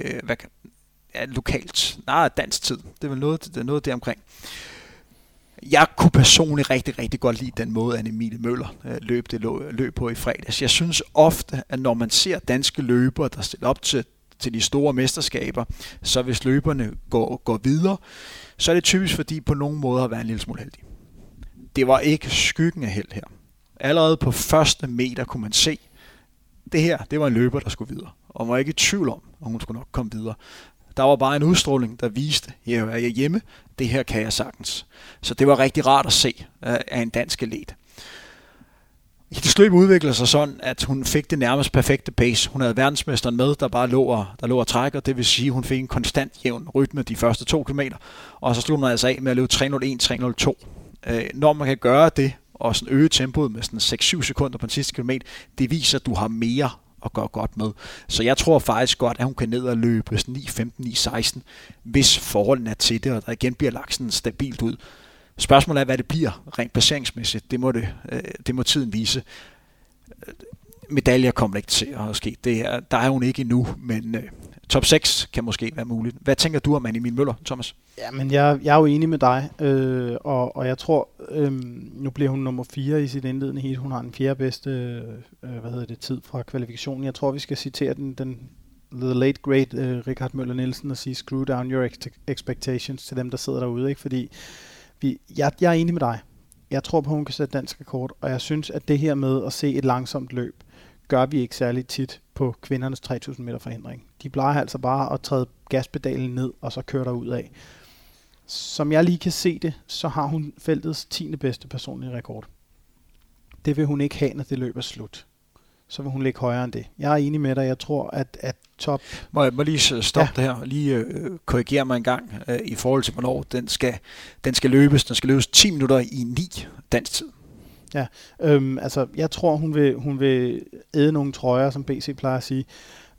Lokalt. Dansk tid. Det er noget der omkring. Jeg kunne personligt rigtig, rigtig godt lide den måde, Annemile Møller løb på i fredags. Jeg synes ofte, at når man ser danske løbere, der stiller op til de store mesterskaber, så hvis løberne går videre, så er det typisk, fordi på nogen måde har været en lille smule heldig. Det var ikke skyggen af held her. Allerede på første meter kunne man se, det var en løber, der skulle videre. Og man var ikke i tvivl om, at hun skulle nok komme videre. Der var bare en udstråling, der viste, at jeg er hjemme, det her kan jeg sagtens. Så det var rigtig rart at se af en dansk atlet. Hendes løb udviklede sig sådan, at hun fik det nærmest perfekte pace. Hun havde verdensmesteren med, der bare lå og trækker. Det vil sige, at hun fik en konstant jævn rytme de første 2 kilometer. Og så sluttede hun altså af med at løbe 3.01-3.02. Når man kan gøre det, og sådan øge tempoet med sådan 6-7 sekunder på den sidste kilometer, det viser, at du har mere og gøre godt med. Så jeg tror faktisk godt, at hun kan ned og løbe 9.15, 9.16, hvis forholdene er til det, og der igen bliver lagt sådan stabilt ud. Spørgsmålet er, hvad det bliver rent placeringsmæssigt. Det må tiden vise. Medaljer kommer ikke til at ske. Der er hun ikke endnu, men top 6 kan måske være muligt. Hvad tænker du om Anne-Emil Møller, Thomas? Ja, men jeg er jo enig med dig, og jeg tror, nu bliver hun nummer 4 i sit indledende heat. Hun har den 4. bedste tid fra kvalifikationen. Jeg tror, vi skal citere the late great Richard Møller Nielsen og sige, screw down your expectations til dem, der sidder derude. Ikke? Fordi jeg er enig med dig. Jeg tror på, at hun kan sætte dansk rekord, og jeg synes, at det her med at se et langsomt løb, gør vi ikke særlig tit på kvindernes 3000 meter forhindring. De plejer altså bare at træde gaspedalen ned, og så kører der ud af. Som jeg lige kan se det, så har hun feltets 10. bedste personlige rekord. Det vil hun ikke have, når det løb er slut. Så vil hun ligge højere end det. Jeg er enig med dig. Jeg tror, at top... Må jeg lige stoppe det her? Lige korrigere mig en gang i forhold til, hvornår den skal løbes. Den skal løbes 10 minutter i 9 dansk tid. Ja, jeg tror, hun vil æde nogle trøjer, som BC plejer at sige.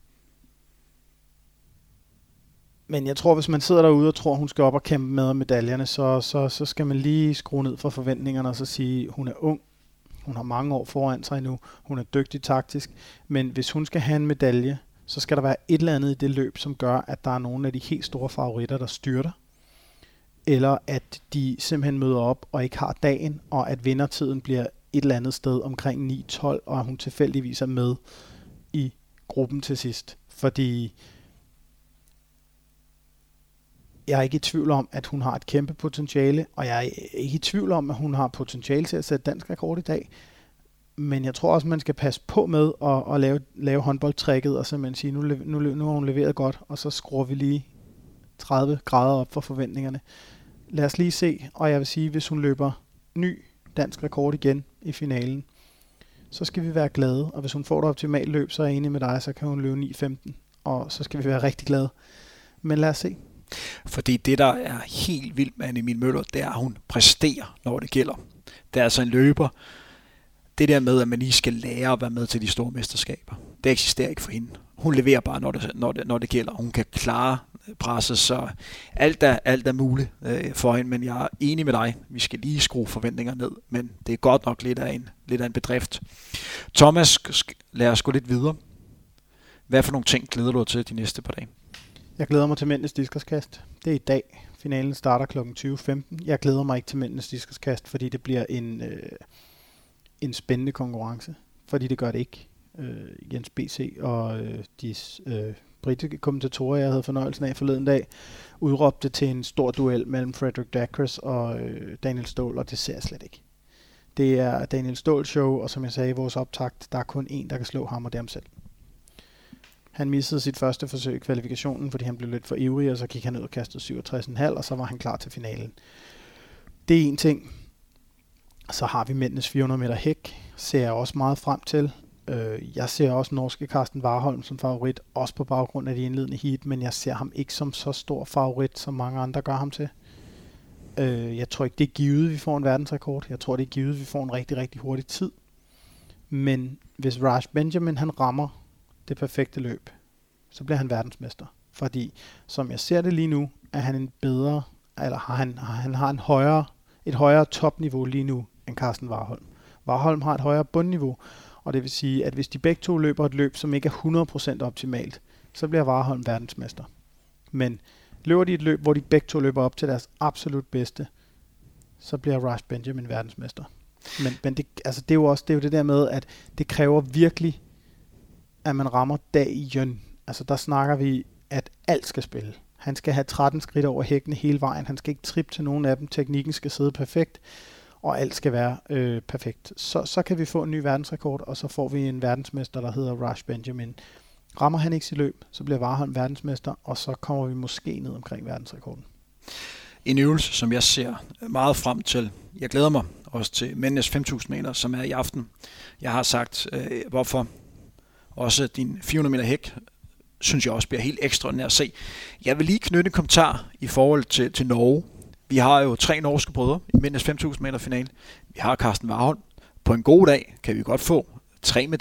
Men jeg tror, hvis man sidder derude og tror, hun skal op og kæmpe med medaljerne, så skal man lige skrue ned for forventningerne og så sige, hun er ung. Hun har mange år foran sig nu. Hun er dygtig taktisk. Men hvis hun skal have en medalje, så skal der være et eller andet i det løb, som gør, at der er nogle af de helt store favoritter, der styrter. Eller at de simpelthen møder op og ikke har dagen, og at vindertiden bliver et eller andet sted omkring 9-12, og at hun tilfældigvis er med i gruppen til sidst. Fordi jeg er ikke i tvivl om, at hun har et kæmpe potentiale, og jeg er ikke i tvivl om, at hun har potentiale til at sætte dansk rekord i dag. Men jeg tror også, man skal passe på med at lave håndboldtrækket, og simpelthen sige, nu har hun leveret godt, og så skruer vi lige 30 grader op for forventningerne. Lad os lige se, og jeg vil sige, hvis hun løber ny dansk rekord igen i finalen, så skal vi være glade, og hvis hun får et optimalt løb, så er jeg enig med dig, så kan hun løbe 9.15, og så skal vi være rigtig glade. Men lad os se. Fordi det, der er helt vildt med Anne-Emil Møller, det er, at hun præsterer, når det gælder. Det er altså en løber. Det der med, at man lige skal lære at være med til de store mesterskaber, det eksisterer ikke for hende. Hun leverer bare, når det gælder. Hun kan klare presset, så alt er muligt for hende, men jeg er enig med dig. Vi skal lige skrue forventninger ned, men det er godt nok lidt af en bedrift. Thomas, lad os gå lidt videre. Hvad for nogle ting glæder du dig til de næste par dage? Jeg glæder mig til mændenes diskoskast. Det er i dag. Finalen starter kl. 20.15. Jeg glæder mig ikke til mændenes diskoskast, fordi det bliver en spændende konkurrence. Fordi det gør det ikke. Jens BC og de britiske kommentatorer, jeg havde fornøjelsen af forleden dag, udråbte til en stor duel mellem Frederick Dacres og Daniel Ståhl, og det ser jeg slet ikke. Det er Daniel Ståhls show, og som jeg sagde i vores optakt, der er kun én, der kan slå ham, og det er ham selv. Han missede sit første forsøg i kvalifikationen, fordi han blev lidt for ivrig, og så gik han ud og kastede 67,5, og så var han klar til finalen. Det er en ting. Så har vi mændenes 400 meter hæk, ser jeg også meget frem til. Jeg ser også norske Carsten Warholm som favorit, også på baggrund af de indledende heat, men jeg ser ham ikke som så stor favorit, som mange andre gør ham til. Jeg tror ikke, det er givet, vi får en verdensrekord. Jeg tror, det er givet, vi får en rigtig, rigtig hurtig tid. Men hvis Raj Benjamin han rammer det perfekte løb, så bliver han verdensmester. Fordi, som jeg ser det lige nu, er han en bedre, eller han har et højere topniveau lige nu end Carsten Warholm. Warholm har et højere bundniveau, og det vil sige, at hvis de begge to løber et løb, som ikke er 100% optimalt, så bliver Warholm verdensmester. Men løber de et løb, hvor de begge to løber op til deres absolut bedste, så bliver Raj Benjamin verdensmester. Men det er jo det der med, at det kræver virkelig, at man rammer dag i jøn. Altså der snakker vi, at alt skal spille. Han skal have 13 skridt over hækkene hele vejen. Han skal ikke trippe til nogen af dem. Teknikken skal sidde perfekt, og alt skal være perfekt. Så kan vi få en ny verdensrekord, og så får vi en verdensmester, der hedder Raj Benjamin. Rammer han ikke sit løb, så bliver Warholm verdensmester, og så kommer vi måske ned omkring verdensrekorden. En øvelse, som jeg ser meget frem til. Jeg glæder mig også til mændenes 5.000 meter, som er i aften. Jeg har sagt, hvorfor også din 400 meter hæk, synes jeg også bliver helt ekstraordinært at se. Jeg vil lige knytte en kommentar i forhold til Norge. Vi har jo 3 norske brødre i mændenes 5.000 meter finale. Vi har Carsten Warholm. På en god dag kan vi godt få 3 medaljer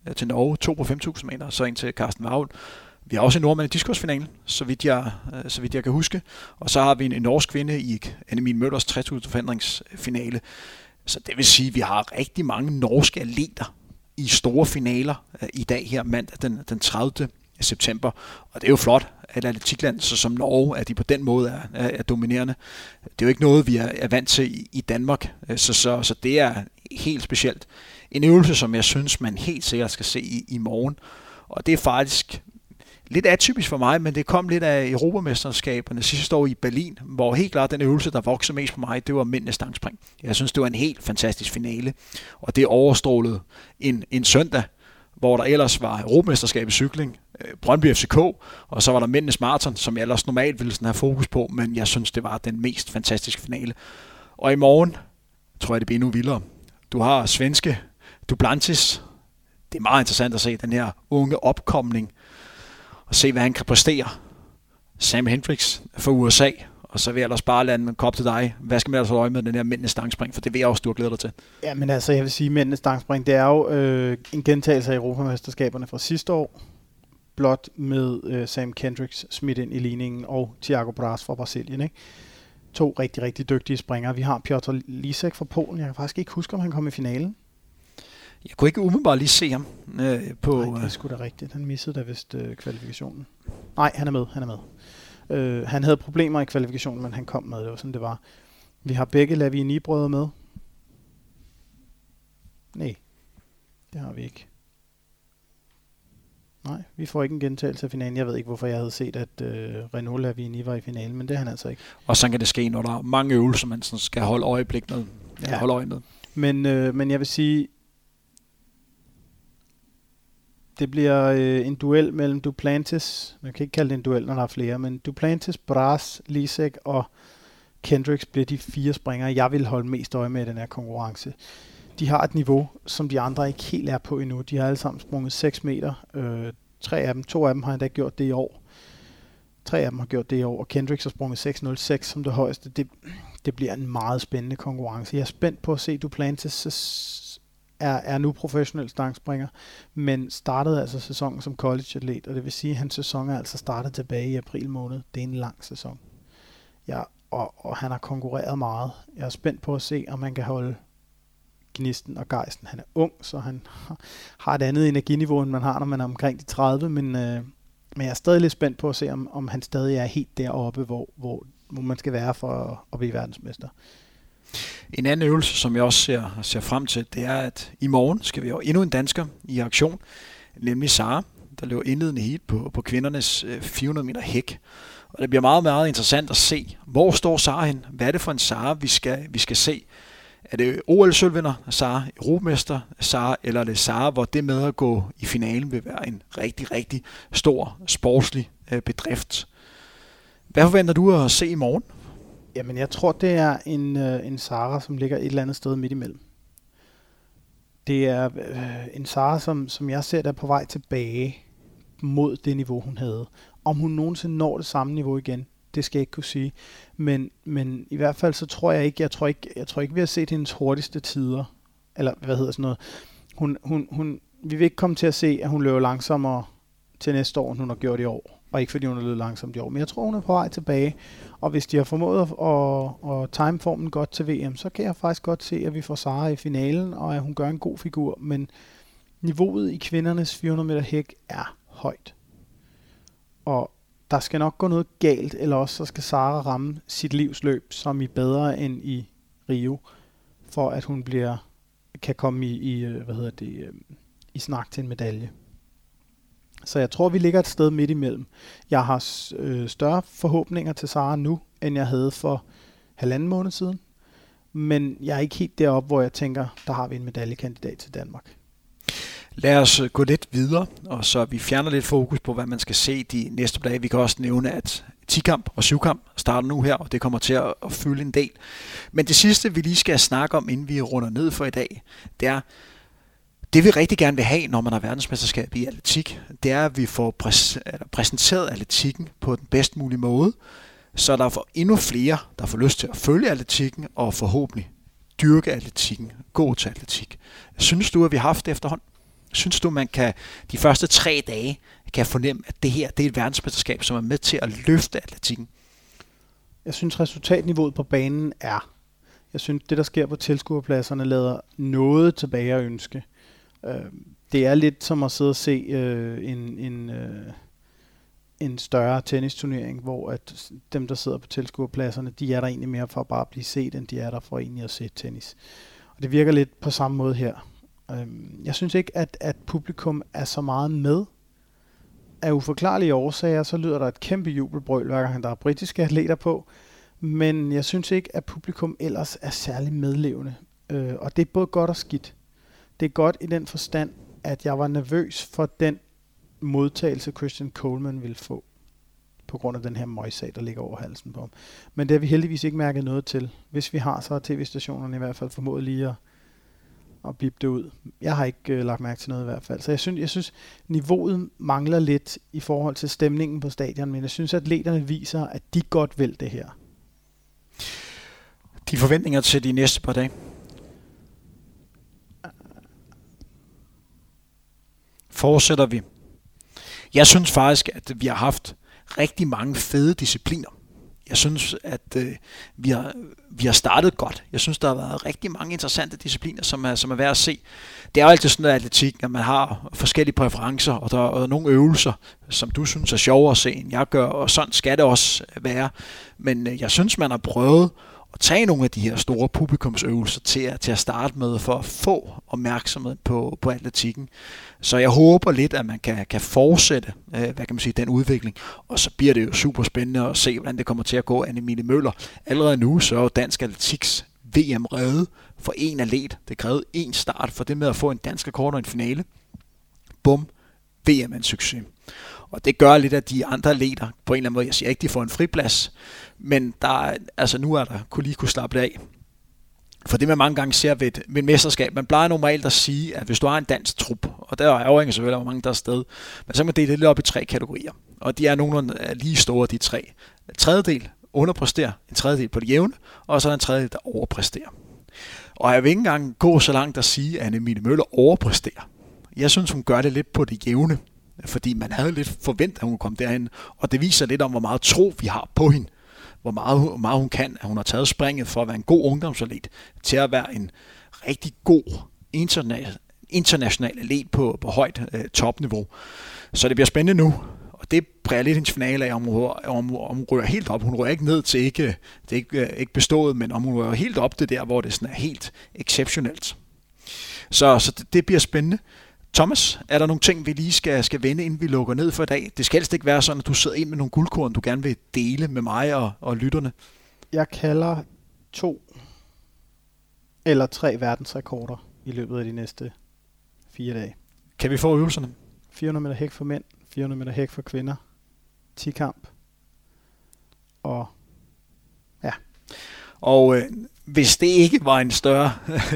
til Norge, 2 på 5.000 meter, så ind til Karsten Warholt. Vi har også en nordmand i diskusfinalen, så vidt jeg kan huske. Og så har vi en norsk kvinde i Annemie Møllers 3000 forhindringsfinale. Så det vil sige, at vi har rigtig mange norske atleter i store finaler i dag her mandag den 30. september. Og det er jo flot, at atletikland, så som Norge, at de på den måde er dominerende. Det er jo ikke noget, vi er vant til i Danmark, så det er helt specielt. En øvelse, som jeg synes, man helt sikkert skal se i morgen. Og det er faktisk lidt atypisk for mig, men det kom lidt af Europamesterskaberne sidste år i Berlin, hvor helt klart den øvelse, der voksede mest på mig, det var mændenes stangspring. Jeg synes, det var en helt fantastisk finale, og det overstrålede en søndag, hvor der ellers var Europamesterskab i cykling, Brøndby FCK, og så var der mændenes maraton, som jeg ellers normalt ville have fokus på, men jeg synes, det var den mest fantastiske finale. Og i morgen tror jeg, det bliver endnu vildere. Du har svenske Duplantis. Det er meget interessant at se den her unge opkomling, og se, hvad han kan præstere. Sam Hendricks fra USA, og så vil jeg ellers bare lade en kop til dig. Hvad skal man altså øje med den her mændenes stangspring, for det vil jeg også, du har glædet dig til. Ja, men altså, jeg vil sige, mændenes stangspring, det er jo en gentagelse af Europamesterskaberne fra sidste år, blot med Sam Hendricks smidt ind i ligningen, og Thiago Braz fra Brasilien, ikke? 2 rigtig, rigtig dygtige springere. Vi har Piotr Lisek fra Polen. Jeg kan faktisk ikke huske, om han kom i finalen. Jeg kunne ikke umiddelbart lige se ham på... Nej, det er sgu da rigtigt. Han missede da vist kvalifikationen. Nej, han er med. Han havde problemer i kvalifikationen, men han kom med. Det var sådan, det var. Vi har begge Lavini-brødre med. Nej, det har vi ikke. Nej, vi får ikke en gentagelse af finalen. Jeg ved ikke, hvorfor jeg havde set, at Renaud Lavini var i finalen, men det er han altså ikke. Og så kan det ske, når der er mange øvelser, man sådan skal holde øjeblik med. Ja. Holde øje med. Men jeg vil sige, det bliver en duel mellem Duplantis. Man kan ikke kalde det en duel, når der er flere, men Duplantis, Braz, Lisek og Kendricks bliver de 4 springere, jeg vil holde mest øje med i den her konkurrence. De har et niveau, som de andre ikke helt er på endnu. De har alle sammen sprunget 6 meter. 2 af dem har endda gjort det i år. 3 af dem har gjort det i år, og Kendricks har sprunget 6.06 som det højeste. Det bliver en meget spændende konkurrence. Jeg er spændt på at se Duplantis er nu professionel stangspringer, men startede altså sæsonen som college-atlet, og det vil sige, at hans sæson er altså startet tilbage i april måned. Det er en lang sæson. Ja, og han har konkurreret meget. Jeg er spændt på at se, om han kan holde gnisten og gejsten. Han er ung, så han har et andet energiniveau, end man har, når man er omkring de 30, men jeg er stadig lidt spændt på at se, om han stadig er helt deroppe, hvor man skal være for at blive verdensmester. En anden øvelse, som jeg også ser frem til, det er, at i morgen skal vi jo endnu en dansker i aktion, nemlig Sara, der løber indledende heat på kvindernes 400 meter hæk. Og det bliver meget, meget interessant at se, hvor står Sara hen? Hvad er det for en Sara, vi skal se? Er det OL-sølvvinder Sara, Europamester Sara, eller er det Sara, hvor det med at gå i finalen vil være en rigtig, rigtig stor sportslig bedrift? Hvad forventer du at se i morgen? Jamen, jeg tror, det er en Sara, som ligger et eller andet sted midt imellem. Det er en Sara, som jeg ser, der er på vej tilbage mod det niveau, hun havde. Om hun nogensinde når det samme niveau igen, det skal jeg ikke kunne sige. Men i hvert fald så tror jeg ikke, vi har set hendes hurtigste tider. Eller hvad hedder sådan noget. Vi vil ikke komme til at se, at hun løber langsommere til næste år, end hun har gjort i år. Og ikke fordi hun har løbet langsomt i år. Men jeg tror, hun er på vej tilbage. Og hvis de har formået at time formen godt til VM, så kan jeg faktisk godt se, at vi får Sara i finalen, og at hun gør en god figur. Men niveauet i kvindernes 400 meter hæk er højt. Og der skal nok gå noget galt, eller også så skal Sara ramme sit livsløb, som i bedre end i Rio, for at hun kan komme i snak til en medalje. Så jeg tror, vi ligger et sted midt imellem. Jeg har større forhåbninger til Sara nu, end jeg havde for 1,5 måned siden. Men jeg er ikke helt deroppe, hvor jeg tænker, der har vi en medaljekandidat til Danmark. Lad os gå lidt videre, og så vi fjerner lidt fokus på, hvad man skal se de næste dage. Vi kan også nævne, at 10-kamp og 7-kamp starter nu her, og det kommer til at fylde en del. Men det sidste, vi lige skal snakke om, inden vi runder ned for i dag, det er, det vi rigtig gerne vil have, når man har verdensmesterskab i atletik, det er, at vi får præsenteret atletikken på den bedst mulige måde, så der er endnu flere, der får lyst til at følge atletikken og forhåbentlig dyrke atletikken, gå til atletik. Synes du, at vi har haft det efterhånden? Synes du, man kan de første 3 dage kan fornemme, at det her det er et verdensmesterskab, som er med til at løfte atletikken? Jeg synes, resultatniveauet på banen er. Jeg synes, det der sker på tilskuerpladserne lader noget tilbage at ønske. Det er lidt som at sidde og se en større tennisturnering, hvor at dem, der sidder på tilskuerpladserne, de er der egentlig mere for bare at blive set, end de er der for egentlig at se tennis. Og det virker lidt på samme måde her. Jeg synes ikke, at publikum er så meget med. Af uforklarlige årsager, så lyder der et kæmpe jubelbrøl, hver gang der er britiske atleter på. Men jeg synes ikke, at publikum ellers er særlig medlevende. Og det er både godt og skidt. Det er godt i den forstand, at jeg var nervøs for den modtagelse, Christian Coleman ville få, på grund af den her møgssag, der ligger over halsen på ham. Men det har vi heldigvis ikke mærket noget til. Hvis vi har, så har tv-stationerne i hvert fald formået lige at bippe det ud. Jeg har ikke lagt mærke til noget i hvert fald. Så jeg synes, niveauet mangler lidt i forhold til stemningen på stadion, men jeg synes, at atleterne viser, at de godt vil det her. De forventninger til de næste par dage? Fortsætter vi? Jeg synes faktisk, at vi har haft rigtig mange fede discipliner. Jeg synes, at vi har startet godt. Jeg synes, der har været rigtig mange interessante discipliner, som er værd at se. Det er jo altid sådan noget atletik, at man har forskellige præferencer, og der er nogle øvelser, som du synes er sjovere at se, end jeg gør, og sådan skal det også være. Men jeg synes, man har prøvet at tage nogle af de her store publikumsøvelser til at starte med, for at få opmærksomhed på atletikken. Så jeg håber lidt, at man kan fortsætte den udvikling, og så bliver det jo super spændende at se, hvordan det kommer til at gå. Anne-Mille Møller, allerede nu så er jo dansk atletiks VM reddet for en atlet. Det krævede en start for det med at få en dansk rekord og en finale. Bum, VM er en succes. Og det gør lidt, at de andre atleter, på en eller anden måde, jeg siger ikke, de får en friplads, men nu er der kunne slappe af. For det man mange gange ser ved et mesterskab, man plejer normalt at sige, at hvis du har en dansk trup, og der er afhængig selvfølgelig, hvor mange der er afsted, men så kan man dele det lidt op i 3 kategorier. Og de er nogenlunde lige store, de 3. En tredjedel underpræsterer, en tredjedel på det jævne, og så er en tredjedel, der overpræsterer. Og jeg vil ikke engang gå så langt at sige, at Anne-Mille Møller overpræsterer. Jeg synes, hun gør det lidt på det jævne, fordi man havde lidt forventet, at hun kom derhen, og det viser lidt om, hvor meget tro vi har på hende. Hvor meget hun kan, at hun har taget springet for at være en god ungdomsatlet, til at være en rigtig god international atlet på højt topniveau. Så det bliver spændende nu, og det præger lidt hendes finale af, om hun rører helt op. Hun rører ikke ned til ikke bestået, men om hun rører helt op det der, hvor det sådan er helt exceptionelt. Så det bliver spændende. Thomas, er der nogle ting, vi lige skal vende, inden vi lukker ned for i dag? Det skal helst ikke være sådan, at du sidder ind med nogle guldkorn, du gerne vil dele med mig og lytterne. Jeg kalder 2 eller 3 verdensrekorder i løbet af de næste 4 dage. Kan vi få øvelserne? 400 meter hæk for mænd, 400 meter hæk for kvinder, 10-kamp og ja. Og hvis det ikke var en større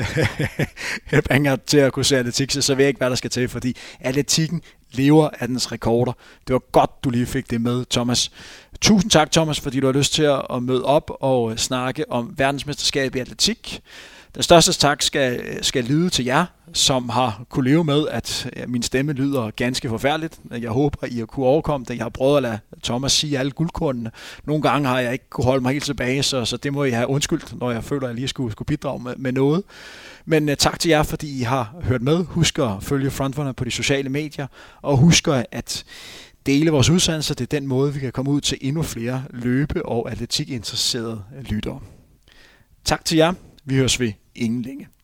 banger til at kunne se atletik, så ved jeg ikke, hvad der skal til, fordi atletikken lever af dens rekorder. Det var godt, du lige fik det med, Thomas. Tusind tak, Thomas, fordi du har lyst til at møde op og snakke om verdensmesterskab i atletik. Den største tak skal lyde til jer, som har kunne leve med, at min stemme lyder ganske forfærdeligt. Jeg håber, I har kunne overkomme det. Jeg har prøvet at lade Thomas sige alle guldkornene. Nogle gange har jeg ikke kunne holde mig helt tilbage, så det må I have undskyldt, når jeg føler, at jeg lige skulle bidrage med noget. Men tak til jer, fordi I har hørt med. Husk at følge Frontrunner på de sociale medier, og husk at dele vores udsendelser. Det er den måde, vi kan komme ud til endnu flere løbe- og atletikinteresserede lyttere. Tak til jer. Vi høres ved inden længe.